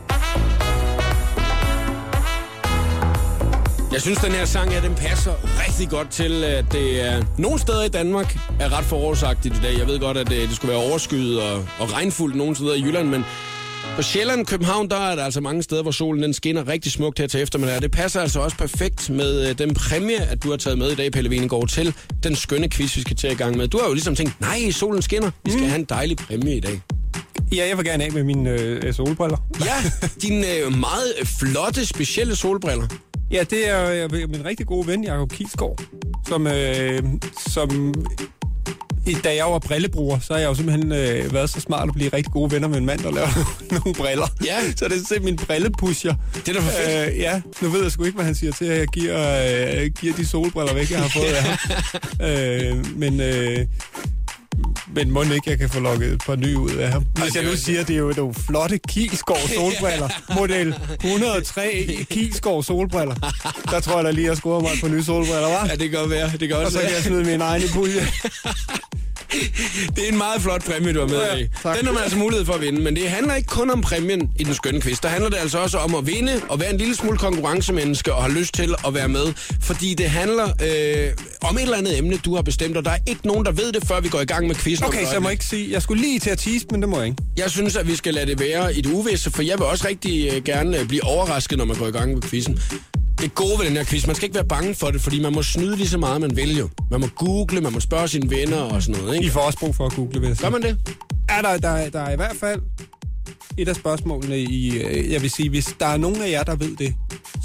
Jeg synes, den her sang her, den passer rigtig godt til, at det er nogle steder i Danmark er ret forårsagtigt i dag. Jeg ved godt, at det, det skulle være overskyet og, og regnfuldt nogle steder i Jylland, men på Sjælland, København, der er der altså mange steder, hvor solen den skinner rigtig smukt her til eftermiddag. Det passer altså også perfekt med øh, den præmie, at du har taget med i dag, Pelle Venegård, til den skønne quiz, vi skal til i gang med. Du har jo ligesom tænkt, nej, solen skinner. Vi skal mm. have en dejlig præmie i dag. Ja, jeg vil gerne af med mine øh, solbriller. Ja, dine øh, meget flotte, specielle solbriller. Ja, det er øh, min rigtig gode ven, Jakob Kiesgaard, som, øh, som da jeg var brillebruger, så har jeg jo simpelthen øh, været så smart at blive rigtig gode venner med en mand, der laver nogle briller. Ja. Så det er simpelthen min brillepusher. Det er da for fedt. Øh, ja, nu ved jeg sgu ikke, hvad han siger til, at jeg giver, øh, giver de solbriller væk, jeg har fået af ham. øh, men... Øh, Men må ikke, jeg kan få lukket et par nye ud af ham. Hvis jeg nu siger, at det er jo nogle flotte Kiesgaard solbriller. Model et hundrede og tre Kiesgaard solbriller. Der tror jeg da lige, at jeg scorer mig på nye solbriller, hva'? Ja, det kan godt være. Det kan også og så kan jeg smide min egen i pulje. Det er en meget flot præmie, du har med ja, i. tak. Den har man altså mulighed for at vinde, men det handler ikke kun om præmien i den skønne quiz. Der handler det altså også om at vinde og være en lille smule konkurrencemenneske og have lyst til at være med. Fordi det handler øh, om et eller andet emne, du har bestemt, og der er ikke nogen, der ved det, før vi går i gang med quizzen. Okay, så jeg må ikke sige... Jeg skulle lige til at tease, men det må jeg ikke. Jeg synes, at vi skal lade det være i det uvisse, for jeg vil også rigtig øh, gerne øh, blive overrasket, når man går i gang med quizzen. Det gode ved den her quiz, man skal ikke være bange for det, fordi man må snyde lige så meget, man vil jo. Man må google, man må spørge sine venner og sådan noget, ikke? I får også brug for at google, vil jeg sige. Gør man det? Ja, der, der, der er i hvert fald et af spørgsmålene i... Jeg vil sige, hvis der er nogen af jer, der ved det,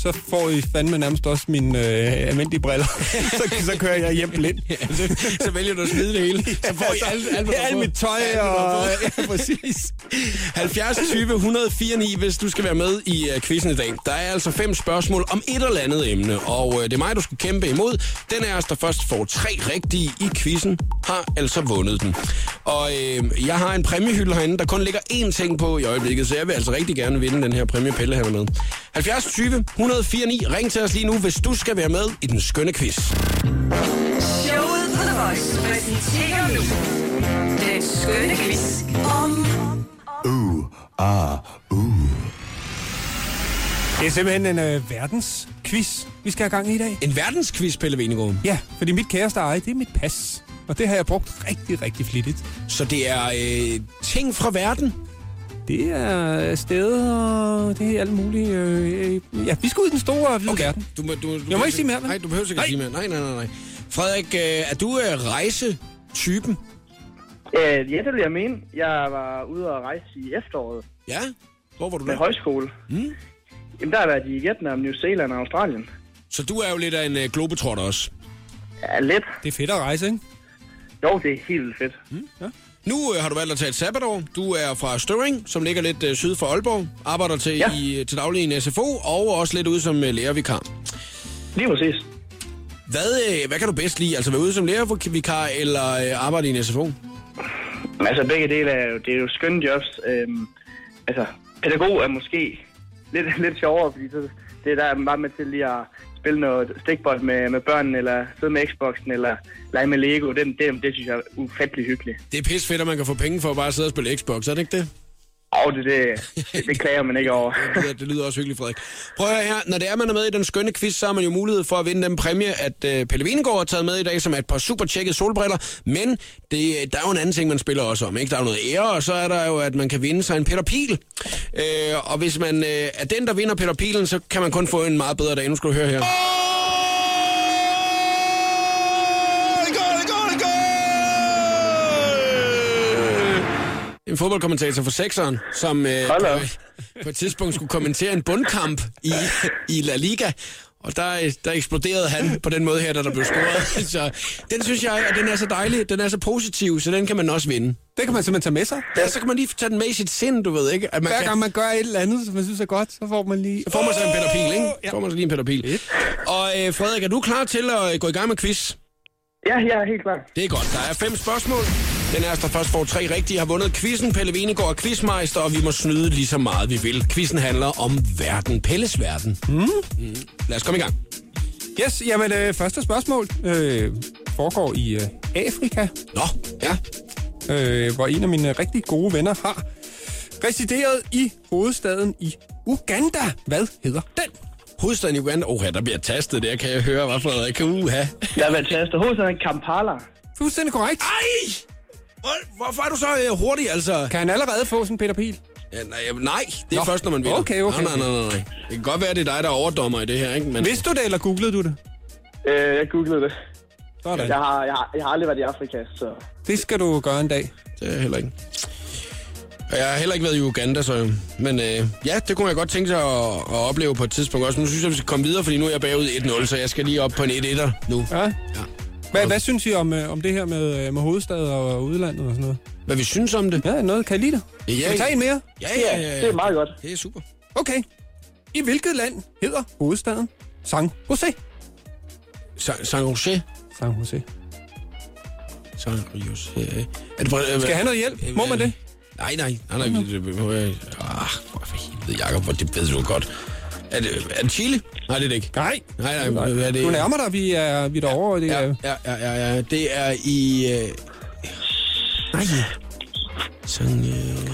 så får I fandme nærmest også mine øh, almindelige briller. så, så kører jeg hjem blind. Ja, så, så vælger du at smide det hele. Så får I alt, alt, alt, alt mit tøj og... Ja, præcis. halvfjerds tyve et nul fire ni, hvis du skal være med i uh, quizzen i dag. Der er altså fem spørgsmål om et eller andet emne, og uh, det er mig, du skal kæmpe imod. Den af os, der først får tre rigtige i quizzen, har altså vundet den. Og uh, jeg har en præmiehylde herinde, der kun ligger én ting på i øjeblikket, så jeg vil altså rigtig gerne vinde den her præmiepille her med. halvfjerds tyve et nul fire ni. Ring til os lige nu, hvis du skal være med i den skønne quiz. Showet på The Voice præsenterer nu den skønne quiz om... Uh, ah, uh. Det er simpelthen en øh, verdensquiz, vi skal have gang i i dag. En verdensquiz, Pelle Venegård. Ja, fordi mit kæreste eje, det er mit pas. Og det har jeg brugt rigtig, rigtig flittigt. Så det er øh, ting fra verden? Det er steder, og det er alt muligt. Øh, ja, vi skal ud i den store hvide Okay, verden. du, må- du, du, Jeg må ikke sige mere, vel? Nej, du behøver ikke Nej. at sige mere. Nej, nej, nej, nej. Frederik, øh, er du øh, rejsetypen? Øh, ja, det vil jeg mene. Jeg var ude og rejse i efteråret Ja? Hvor var du med der? højskole. Mm. Jamen, der har været i Vietnam, New Zealand og Australien. Så du er jo lidt af en øh, globetrotter også. Ja, lidt. Det er fedt at rejse, ikke? Jo, det er helt vildt fedt. Nu øh, har du valgt at tage et sabbatår. Du er fra Støvring, som ligger lidt øh, syd for Aalborg. Arbejder til, Ja. i, til daglig i en S F O, og også lidt ude som øh, lærervikar. Lige præcis. Hvad, øh, hvad kan du bedst lide? Altså være ude som lærervikar eller øh, arbejde i en S F O? Men altså, begge dele er jo, det er jo skønne jobs. Øhm, altså, pædagog er måske lidt, lidt sjovere, fordi så, det er der meget med til lige at spille noget stikbold med, med børnene, eller sidde med Xboxen, eller lege med Lego. Det, det, det synes jeg er ufattelig hyggeligt. Det er pis fedt, at man kan få penge for at bare sidde og spille Xbox, er det ikke det? Og det, det, det, det klager man ikke over. Det lyder, det lyder også hyggeligt, Frederik. Prøv at høre her. Når det er, man er med i den skønne quiz, så har man jo mulighed for at vinde den præmie, at øh, Pelle Venegård har taget med i dag, som er et par super tjekkede solbriller. Men det, der er jo en anden ting, man spiller også om, ikke? Der er jo noget ære, og så er der jo, at man kan vinde sig en Peter Pil. Øh, og hvis man øh, er den, der vinder Peter Pilen, så kan man kun få en meget bedre dag. Nu skal du høre her. En fodboldkommentator for sekseren, som øh, Hold da. på, på et tidspunkt skulle kommentere en bundkamp i, i La Liga. Og der, der eksploderede han på den måde her, da der blev scoret. Så den synes jeg, at den er så dejlig, den er så positiv, så den kan man også vinde. Det kan man simpelthen tage med sig. Ja, så kan man lige tage den med i sit sind, du ved ikke. At man Hver kan, gang man gør et eller andet, som man synes er godt, så får man lige... så får man så en Peter Pil, ikke? Ja. Får man så lige en Peter Pil. Og øh, Frederik, er du klar til at gå i gang med quiz? Ja, jeg er helt klar. Det er godt. Der er fem spørgsmål. Den er, der først får tre rigtige, har vundet quizzen. Pelle Venegård er quizmeister, og vi må snyde lige så meget, vi vil. Quizzen handler om verden. Pelles verden. Mm. Mm. Lad os komme i gang. Yes, jamen øh, første spørgsmål øh, foregår i øh, Afrika, Nå, ja. øh, hvor en af mine rigtig gode venner har resideret i hovedstaden i Uganda. Hvad hedder den? Hovedstaden i Uganda. Åh, oh, der bliver tastet der, kan jeg høre, hvad Frederik. Uha. Der har været tastet hovedstaden Kampala. Fuldstændig korrekt. Ej! Hvor, hvorfor er du så øh, hurtig, altså? Kan han allerede få sådan en Peter Pil? Ja, nej, nej, det er Nå. først, når man vinder. Okay, okay. Nej, nej, nej, nej. Det kan godt være, det er dig, der er overdommer i det her, ikke? Men Vidste du det, eller googlede du det? Øh, jeg googlede det. Sådan. Jeg har, jeg, har, jeg har aldrig været i Afrika, så... Det skal du gøre en dag. det er jeg heller ikke. Og jeg har heller ikke været i Uganda, så... Men øh, ja, det kunne jeg godt tænke sig at, at opleve på et tidspunkt også. Nu synes jeg, vi skal komme videre, fordi nu er jeg bagud et nul, så jeg skal lige op på en et etter nu. Ja. Ja. Hvad, hvad synes I om, øh, om det her med, øh, med hovedstad og udlandet og sådan noget? Hvad vi synes om det? Ja, noget. Kan I lide det? Ja, Skal vi tage en mere? Ja, ja, ja, ja. Det er meget godt. Det er super. Okay. I hvilket land hedder hovedstaden San Jose? San, San Jose. San Jose. San Jose. Er det, for- Skal jeg have noget hjælp? Må man det? Nej, nej, nej, nej. det- det- det- Ah, for helvede, Jacob, hvor det ved du godt. Er det, er det Chile? Nej, det er det ikke. Nej. Nej, nej, hvad er det? Du nærmer dig, vi er, vi er derovre. og Det Ja, er, ja, ja, ja, ja. Det er i... Øh... Nej. San... Øh...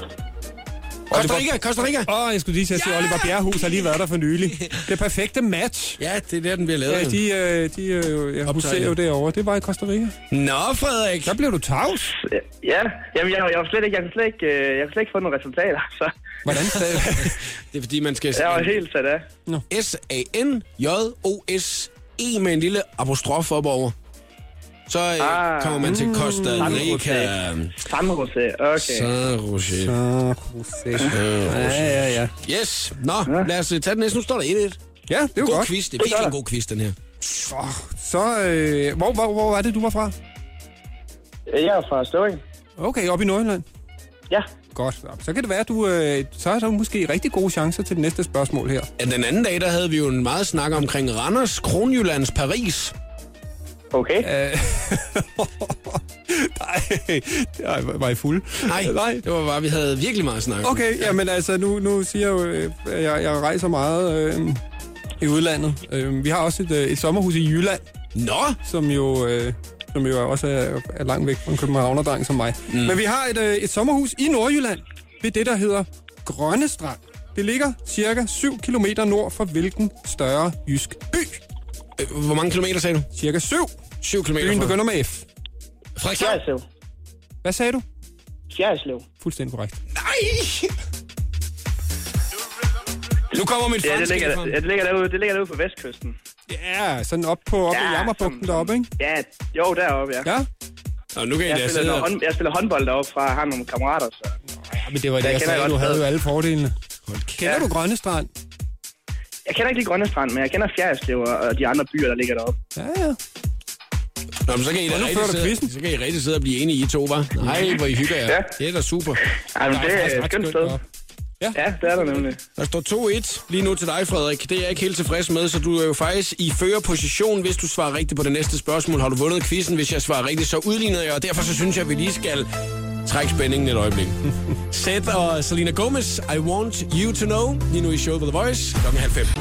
Costa Rica, Costa Rica. Åh, jeg skulle lige til at sige, Oliver Bjerrehus har lige været der for nylig. Det perfekte match. Ja, det er der, den bliver lavet. Ja, de, øh, de øh, ja, huserer jo derovre. Det var i Costa Rica. Nå, Frederik. Der blev du tavs. Ja, jamen, jeg, jeg, var slet ikke, jeg, kunne slet ikke, øh, jeg kunne slet ikke få nogle resultater, så Hvordan sagde Det er fordi, man skal... jeg var helt sat af. S A N J O S E med en lille apostrof op over. Så øh, Ah. kommer man til Costa Rica. San Jose, okay. San Jose. Ja, ja, ja. Yes. Nå, lad os øh, tage den næste. Nu står der et et. Ja, det er jo God godt. quiz, det er virkelig en god quiz, den her. Oh, så, øh, hvor, hvor, hvor var det, du var fra? Jeg er fra Støvring. Okay, op i Nordjylland. Ja. Godt. Så kan det være, at du, øh, så er der måske rigtig gode chancer til det næste spørgsmål her. Ja, den anden dag, der havde vi jo en meget snak omkring Randers, Kronjyllands, Paris. Okay. Øh, Nej, Nej, var I fuld? Nej, Nej, det var bare, vi havde virkelig meget snak om. Okay, jamen altså, nu, nu siger jeg jo, øh, jeg, jeg rejser meget øh, i udlandet. Øh, vi har også et, øh, et sommerhus i Jylland. Nå! Som jo, øh, som jo også er, er langt væk fra en københavnerdreng som mig. Mm. Men vi har et, øh, et sommerhus i Nordjylland ved det, der hedder Grønne Strand. Det ligger cirka syv kilometer nord for hvilken større jysk by? Hvor mange kilometer sagde du? Cirka syv. syv kilometer. Byen begynder med F. Frederikshavn. Hvad sagde du? Fjerdslev. Fuldstændig korrekt. Nej! Nu kommer mit ja, det franske ligger, frem. ja, det ligger derude, det ligger derude på vestkysten. Ja, sådan op på op ja, i Jammerbugten deroppe, ikke? Ja, jo, deroppe, ja. Ja? Og nu kan I jeg, da spiller sidde... hånd, jeg spiller håndbold deroppe fra, har nogle kammerater, så... Ja, men det var det, jeg, jeg sagde, du havde jo alle fordelene. Kender ja. du Grønne Strand? Jeg kender ikke lige Grønne Strand, men jeg kender Fjerdslev og de andre byer, der ligger deroppe. Ja, ja. Nå, men så kan I da rigtig sidde, så kan I rigtig sidde og blive enige i to, hva'? Nej, hvor I hygger jer. Ja. Det er da super. Ja, men det er et skønt sted. Ja. ja, det er der nemlig. Der står to et lige nu til dig, Frederik. Det er jeg ikke helt tilfreds med, så du er jo faktisk i førerposition, hvis du svarer rigtigt på det næste spørgsmål. Har du vundet quizzen? Hvis jeg svarer rigtigt, så udligner jeg, og derfor så synes jeg, at vi lige skal trække spændingen et øjeblik. Seth og Selena Gomez, I Want You To Know, lige nu i showet på The Voice, klokken halv fem.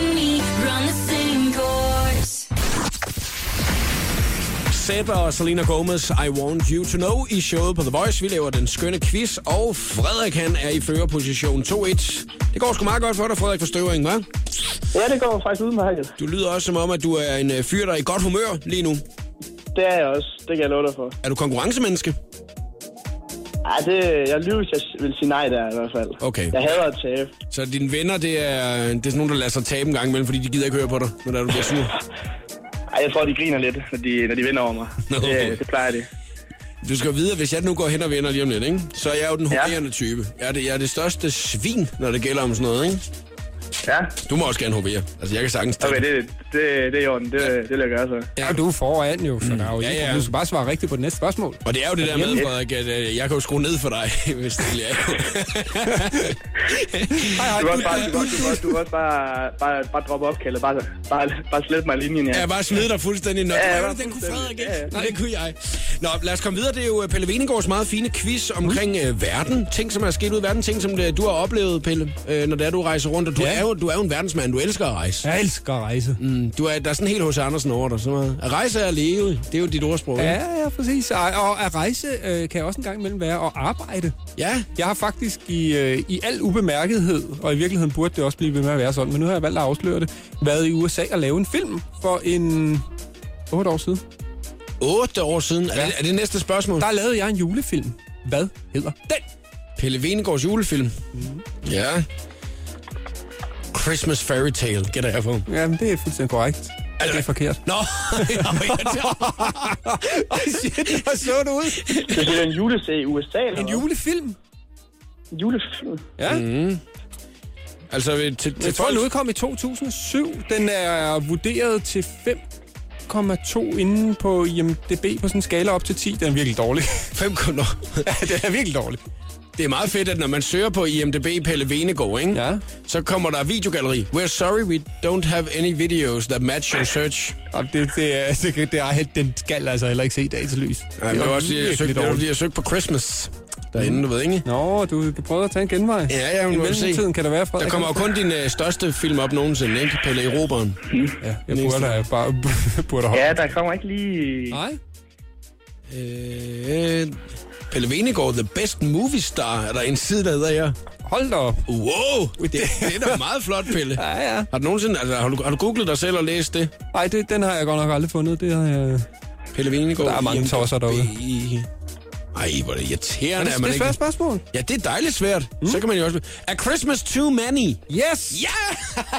Seth og Selena Gomez, I Want You To Know i showet på The Voice. Vi laver den skønne quiz, og Frederik han er i førerposition to et. Det går sgu meget godt for dig, Frederik, for Støvring, hva'? Ja, det går faktisk udmærket. Du lyder også som om, at du er en fyr, der er i godt humør lige nu. Det er jeg også. Det kan jeg love dig for. Er du konkurrencemenneske? Ej, det, jeg lyver, hvis jeg vil sige nej der i hvert fald. Okay. Jeg hader at tabe. Så dine venner, det er, det er sådan nogen, der lader sig tabe en gang imellem, fordi de gider ikke høre på dig, når du bliver sur? Ej, jeg tror, de griner lidt, når de, når de vinder over mig. Okay. Det, det plejer de. Du skal vide, at hvis jeg nu går hen og vinder lige om lidt, ikke? Så er jeg jo den hoverende type. Jeg er, det, jeg er det største svin, når det gælder om sådan noget, ikke? Ja. Du må også gerne hovere. Altså, jeg kan sagtens tage okay, det. Det, det er i orden. Det, ja. det vil jeg gøre så. Ja, du er foran jo, så der er jo ja, ja. Du skal bare svare rigtigt på det næste spørgsmål. Og det er jo det der med, Frederik, at uh, jeg kan jo skrue ned for dig, hvis det er. Du kan bare, du, du, du også bare, bare, bare droppe opkaldet. Bare, bare, bare slet mig linjen, ja. Ja, bare smide dig fuldstændig. Nå, ja, ja, ja, den kunne Frederik ikke. Ja, ja. Nej, det kunne jeg. Nå, lad os komme videre. Det er jo Pelle Venegårds meget fine quiz omkring uh, verden. Ting, som er sket ud i verden. Ting, som uh, du har oplevet, Pelle, uh, når det er, du rejser rundt. Og du, ja. er jo, du er jo en verdensmand. Du elsker at rejse. Jeg elsker at rejse. Mm, du er, der er sådan helt hos Andersen over dig. Sådan at rejse er at leve. Det er jo dit ordsprog. Ja, ja, præcis. Og at rejse øh, kan også en gang imellem være at arbejde. Ja. Jeg har faktisk i, øh, i al ubemærkethed, og i virkeligheden burde det også blive ved med at være sådan, men nu har jeg valgt at afsløre det, været i U S A og lave en film for en otte år siden. Otte år siden? Ja. Er, det, er det næste spørgsmål? Der lavede jeg en julefilm. Hvad hedder den? Pelle Venegårds julefilm. Mm. Ja. Christmas Fairy Tale, gætter jeg på. Jamen, det er fuldstændig korrekt. Er det er forkert? Nå! Shit, hvor så du ud? Det er en juleserie i U S A, eller En julefilm? En julefilm? Ja. Mm. Altså, til, til jeg tror, den udkom i to tusind og syv. Den er vurderet til fem komma to inde på I M D B på sådan en skala op til ti. Den er virkelig dårlig. fem komma nul Ja, den er virkelig dårlig. Det er meget fedt, at når man søger på I M D B Pelle Venegård, ikke? Ja. Så kommer der videogalleri. We're sorry, we don't have any videos that match your search. Og det, det, er, det, det er, den skal altså heller ikke se dagens lys. Nej, men det er også, jeg søgte, det var, jeg søgte på Christmas derinde, du ved ikke? Nå, du kan prøve at tage en genvej. Ja, ja, men i mellemtiden kan der være Frederik. Der kommer jo kun din øh, største film op nogensinde, ikke? Pelle i Roberen. Mm. Ja, jeg burde da bare burde holde. Ja, der kommer ikke lige... Nej. Øh... Pelle Venegård, the best movie star, er der en side, der hedder her. Hold da op. Wow, det, det er da meget flot, Pelle. Ja, ja. Har du nogensinde, altså, har du, har du googlet dig selv og læst det? Nej, det, den har jeg godt nok aldrig fundet. Det har jeg... Pelle Venegård. Der er mange tosser derude. Ej, hvor er det irriterende. Er det et svært spørgsmål? Ja, det er dejligt svært. Mm. Så kan man jo også... Er Christmas too many? Yes! Ja!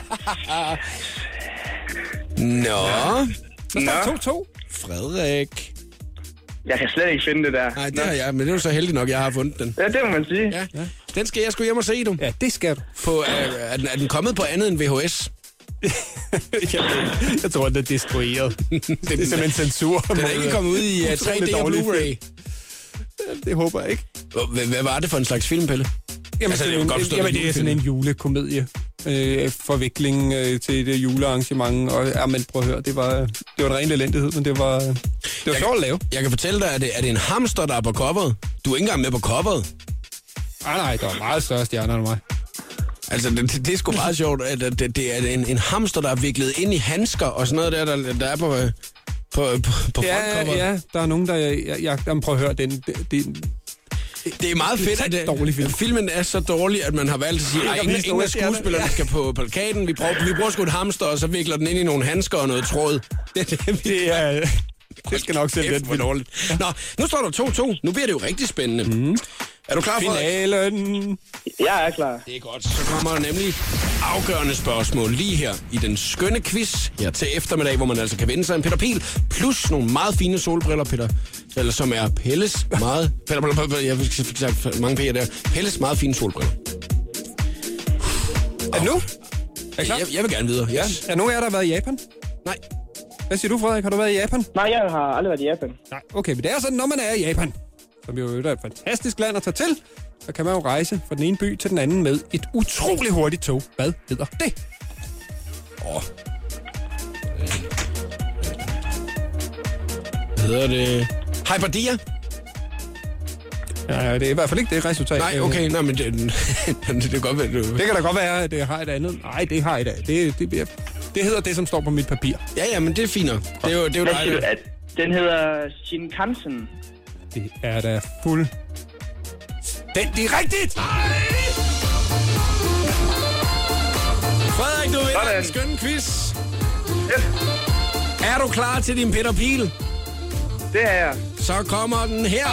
Nå. Ja. Så står to to. Frederik. Jeg kan slet ikke finde det der. Nej, det har jeg, men det er jo så heldig nok, jeg har fundet den. Ja, det må man sige. Ja. Ja. Den skal jeg sgu hjem og se, du. Ja, det skal du. På, er, er, den, er den kommet på andet end V H S? jeg, jeg tror, det er destrueret. Det er simpelthen censur. Den er ikke kommet ud i uh, tre D og Blu-ray. Det håber jeg ikke. Hvad, hvad var det for en slags film, Pelle? Jamen, altså, det, er godt jamen, det er sådan en julekomedie. Øh, forvikling øh, til det julearrangement. Og ja, men prøv at høre, det var, det var en ren elendighed, men det var, det var sjovt at lave. Jeg kan fortælle dig, at det er det en hamster, der er på coveret. Du er ikke engang med på coveret. Nej, nej, der var meget større stjerner end mig. Altså, det, det, det er sgu meget sjovt, at det, det er en, en hamster, der er viklet ind i handsker og sådan noget der, der, der er på, på, på, på ja, frontcoveret. Ja, der er nogen, der... Jeg, jeg, jeg prøv at høre, den... den det er meget fedt, at det, dårlig film. Filmen er så dårlig, at man har valgt at sige, at ingen, ingen af skuespillerne skal på plakaten. Vi bruger, vi bruger sgu et hamster, og så vikler den ind i nogle handsker og noget tråd. Det, det, det, er, det skal nok se lidt for dårligt. Nå, nu står der to to. Nu bliver det jo rigtig spændende. Mm. Er du klar, Frederik? Finalen. Jeg er klar. Det er godt. Så kommer der nemlig afgørende spørgsmål lige her i den skønne quiz her til eftermiddag, hvor man altså kan vinde sig en Peter Pil, plus nogle meget fine solbriller, Peter, eller som er Pelles meget... Jeg fik sagt mange pære der. Pelles meget fine solbriller. Er det nu? Er klar? Jeg, jeg vil gerne videre, yes. Er nogen af jer, der har været i Japan? Nej. Hvad siger du, Frederik? Har du været i Japan? Nej, jeg har aldrig været i Japan. Nej, okay, men det er sådan, når man er i Japan, som jo er et fantastisk land at tage til, så kan man jo rejse fra den ene by til den anden med et utroligt hurtigt tog. Hvad hedder det? Åh. Oh. Hvad hedder det? Hyperdia? Ja, det er i hvert fald ikke det resultat. Nej, okay, nej, men det, det, det, godt være, du... det kan da godt være, at det har et andet. Nej, det har et andet. Det, det, det, det hedder det, som står på mit papir. Ja, ja, men det er finere. Det er jo, det er jo dejligt. Den hedder Shinkansen. Det er da fuld... Den, det er rigtigt! Frederik, du vinder en skøn quiz. Yes. Er du klar til din Peter Pil? Det er jeg. Så kommer den her.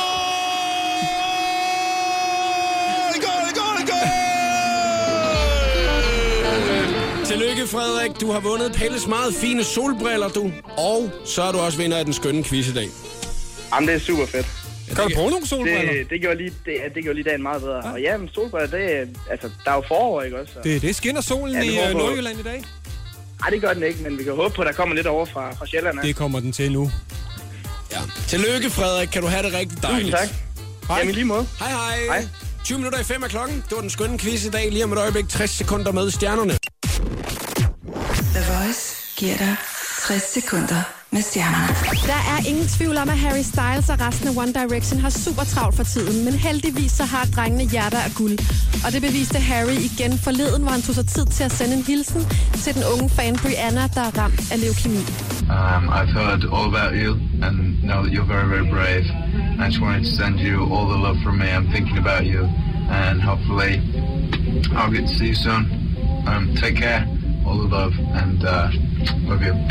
Tillykke, Frederik. Du har vundet Pelles meget fine solbriller, du. Og så er du også vinder af den skønne quiz i dag. Jamen, det er super fedt. Ja, kan du bruge nogle solbriller? Det, det, gjorde lige, det, det gjorde lige dagen meget bedre. Ja. Og ja, men solbriller, det altså, der er jo forår, ikke også? Så. Det, det skinner solen ja, i Nordjylland i dag? Nej, det gør den ikke, men vi kan håbe på, at der kommer lidt over fra, fra Sjælland. Det kommer den til nu. Ja. Tillykke, Frederik. Kan du have det rigtig dejligt. Tusind tak. Hej. Jamen, lige måde. Hej, hej. Hej. tyve minutter i fem af klokken. Det var den skønne quiz i dag. Lige om et øjeblik tres sekunder med stjernerne. The Voice giver dig tres sekunder med stjernerne. Der er ingen tvivl om, at Harry Styles og resten af One Direction har super travlt for tiden, men heldigvis så har drengene hjerter af guld. Og det beviste Harry igen forleden, hvor han tog sig tid til at sende en hilsen til den unge fan Brianna, der er ramt af leukemi. Um, I've heard all about you and know that you're very, very brave. I just wanted to send you all the love from me. I'm thinking about you and hopefully I'll get to see you soon. Um, take care. All the love and uh, love you.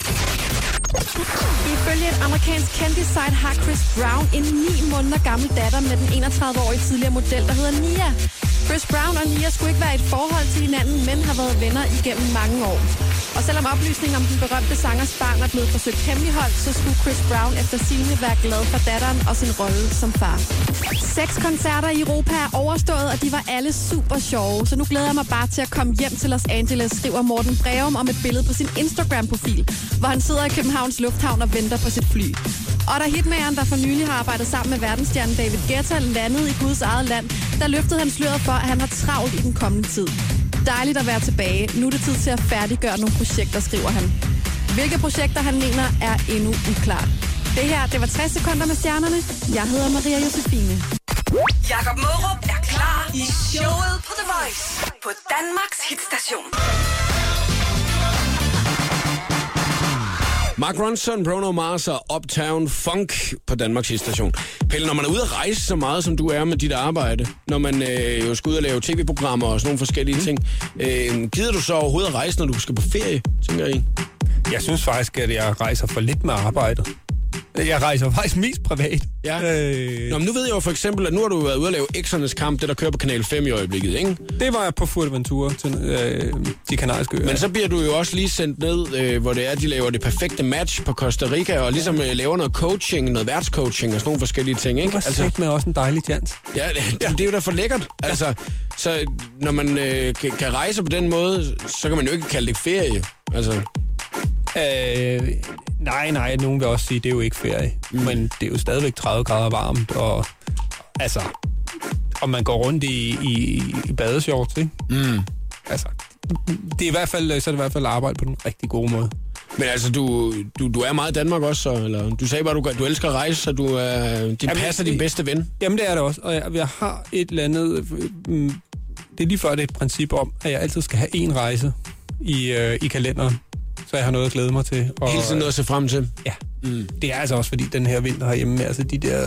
Ifølge et amerikansk kendis-site har Chris Brown en ni måneder gammel datter med den enogtredive-årige tidligere model, der hedder Nia. Chris Brown og Nia skulle ikke være i et forhold til hinanden, men har været venner igennem mange år. Og selvom oplysningen om den berømte sangers barn er blevet forsøgt hemmeligholdt, så skulle Chris Brown efter sigende være glad for datteren og sin rolle som far. Seks koncerter i Europa er overstået, og de var alle super sjove. Så nu glæder jeg mig bare til at komme hjem til Los Angeles, skriver Morten Breum om et billede på sin Instagram-profil, hvor han sidder i Københavns Lufthavn og venter på sit fly. Og da hitmageren, der for nylig har arbejdet sammen med verdensstjernen David Guetta, landede i Guds eget land, der løftede han sløret for, at han har travlt i den kommende tid. Dejligt at være tilbage. Nu er det tid til at færdiggøre nogle projekter, skriver han. Hvilke projekter han mener er endnu uklart. Det her, det var tres sekunder med stjernerne. Jeg hedder Maria Josefine. Jakob Mårup er klar i showet på The Voice på Danmarks hitstation. Mark Ronson, Bruno Mars og Uptown Funk på Danmarks hitstation. Pelle, når man er ude at rejse så meget, som du er med dit arbejde, når man øh, jo skal ud og lave tv-programmer og sådan nogle forskellige mm. ting, øh, gider du så overhovedet at rejse, når du skal på ferie, tænker I? Jeg synes faktisk, at jeg rejser for lidt med arbejdet. Jeg rejser faktisk mest privat. Ja. Øh... Nå, men nu ved jeg jo for eksempel, at nu har du været ude at lave X'ernes kamp, det der kører på Kanal fem i øjeblikket, ikke? Det var jeg på Fuerteventura til øh, de kanariske øer. Men så bliver du jo også lige sendt ned, øh, hvor det er, de laver det perfekte match på Costa Rica, og ligesom øh, laver noget coaching, noget værtscoaching og sådan nogle forskellige ting, ikke? Det var altså, med også en dejlig chance. Ja, det, det er jo da for lækkert. Ja. Altså, så når man øh, kan, kan rejse på den måde, så kan man jo ikke kalde det ferie. Altså... Øh, nej, nej, nogen vil også sige, det er jo ikke ferie. Mm. Men det er jo stadigvæk tredive grader varmt, og altså, og man går rundt i, i, i badeshorts, ikke? Mm. Altså, det er i hvert fald, så er det i hvert fald arbejde på den rigtig gode måde. Men altså, du, du, du er meget i Danmark også, så, eller du sagde bare, du, du elsker at rejse, så du er, din jamen, passer din bedste ven. Jamen, det er det også, og jeg, jeg har et eller andet, mm, det er lige før, det er et princip om, at jeg altid skal have én rejse i, øh, i kalenderen. Så jeg har noget at glæde mig til. Og, hele tiden noget at se frem til? Ja. Mm. Det er altså også, fordi den her vinter herhjemme, altså de der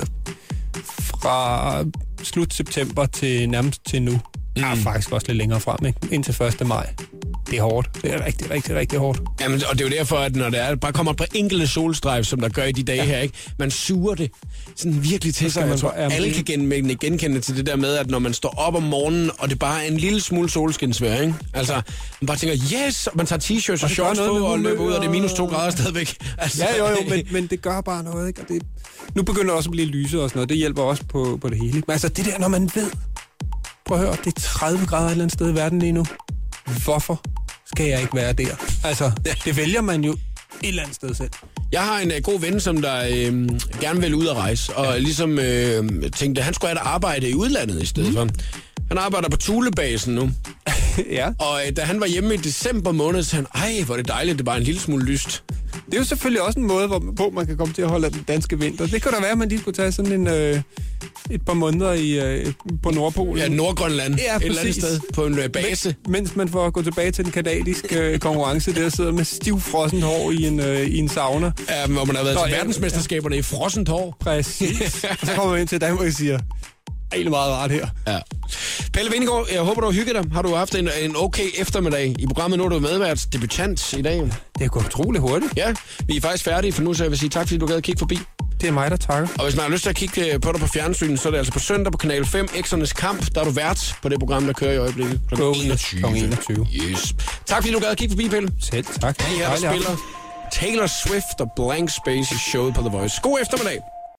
fra slut september til nærmest til nu, mm. er faktisk også lidt længere frem, ikke? Indtil første maj. Det er hårdt. Det er rigtig, rigtig, rigtig hårdt. Jamen, og det er jo derfor, at når der er, bare kommer et par enkelte solstrejf, som der gør i de dage ja. her, ikke? Man suger det sådan virkelig til sig. Jeg tror, alle kan gen- genkende til det der med, at når man står op om morgenen, og det bare er en lille smule solskinsvejr, ikke? Altså, man bare tænker, yes! Og man tager t-shirts og shorts på og løber ud, og det er minus to grader stadigvæk. Altså, ja, jo, jo, men, men det gør bare noget, ikke? Og det, nu begynder det også at blive lyset og sådan noget. Det hjælper også på, på det hele. Men altså, det der, når man ved... Prøv at høre, det er tredive grader et eller andet sted i verden lige nu. Hvorfor skal jeg ikke være der? Altså, det vælger man jo et eller andet sted selv. Jeg har en uh, god ven, som der øh, gerne vil ud at rejse, og ja. ligesom øh, tænkte, at han skulle have et arbejde i udlandet i stedet mm. for. Han arbejder på Thulebasen nu. Ja. Og øh, da han var hjemme i december måned, så han, ej, hvor er det dejligt, det er bare en lille smule lyst. Det er jo selvfølgelig også en måde, hvorpå man kan komme til at holde den danske vinter. Det kan da være, at man lige skulle tage sådan en, øh, et par måneder i, øh, på Nordpolen. Ja, Nordgrønland. Ja, et eller andet sted på en øh, base. Men, mens man får gå tilbage til den kanadiske øh, konkurrence, der sidder med stivfrossent hår i en, øh, i en sauna. Ja, hvor man har været Nå, til ja, verdensmesterskaberne ja. i frossent hår. Præcis. Så kommer man ind til Danmark og siger... Egentlig meget rart her. Ja. Pelle Vingegaard, jeg håber, du har hygget dig. Har du haft en, en okay eftermiddag i programmet? Nu er du medvært debutant i dag. Det er gået utroligt hurtigt. Ja, vi er faktisk færdige for nu, så jeg vil sige tak, fordi du gad at kigge forbi. Det er mig, der takker. Og hvis man har lyst til at kigge på dig på fjernsynet, så er det altså på søndag på Kanal fem, X'ernes kamp. Der er du vært på det program, der kører i øjeblikket. klokken enogtyve. Yes. Tak, fordi du gad at kigge forbi, Pelle. Selv tak. Her der spiller Taylor Swift og Blank Space i showet på The Voice. God eftermiddag.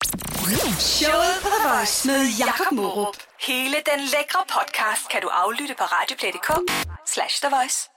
Showet på The Voice med Jakob Morup. Hele den lækre podcast kan du aflytte på radioplay punktum d k slash The Voice.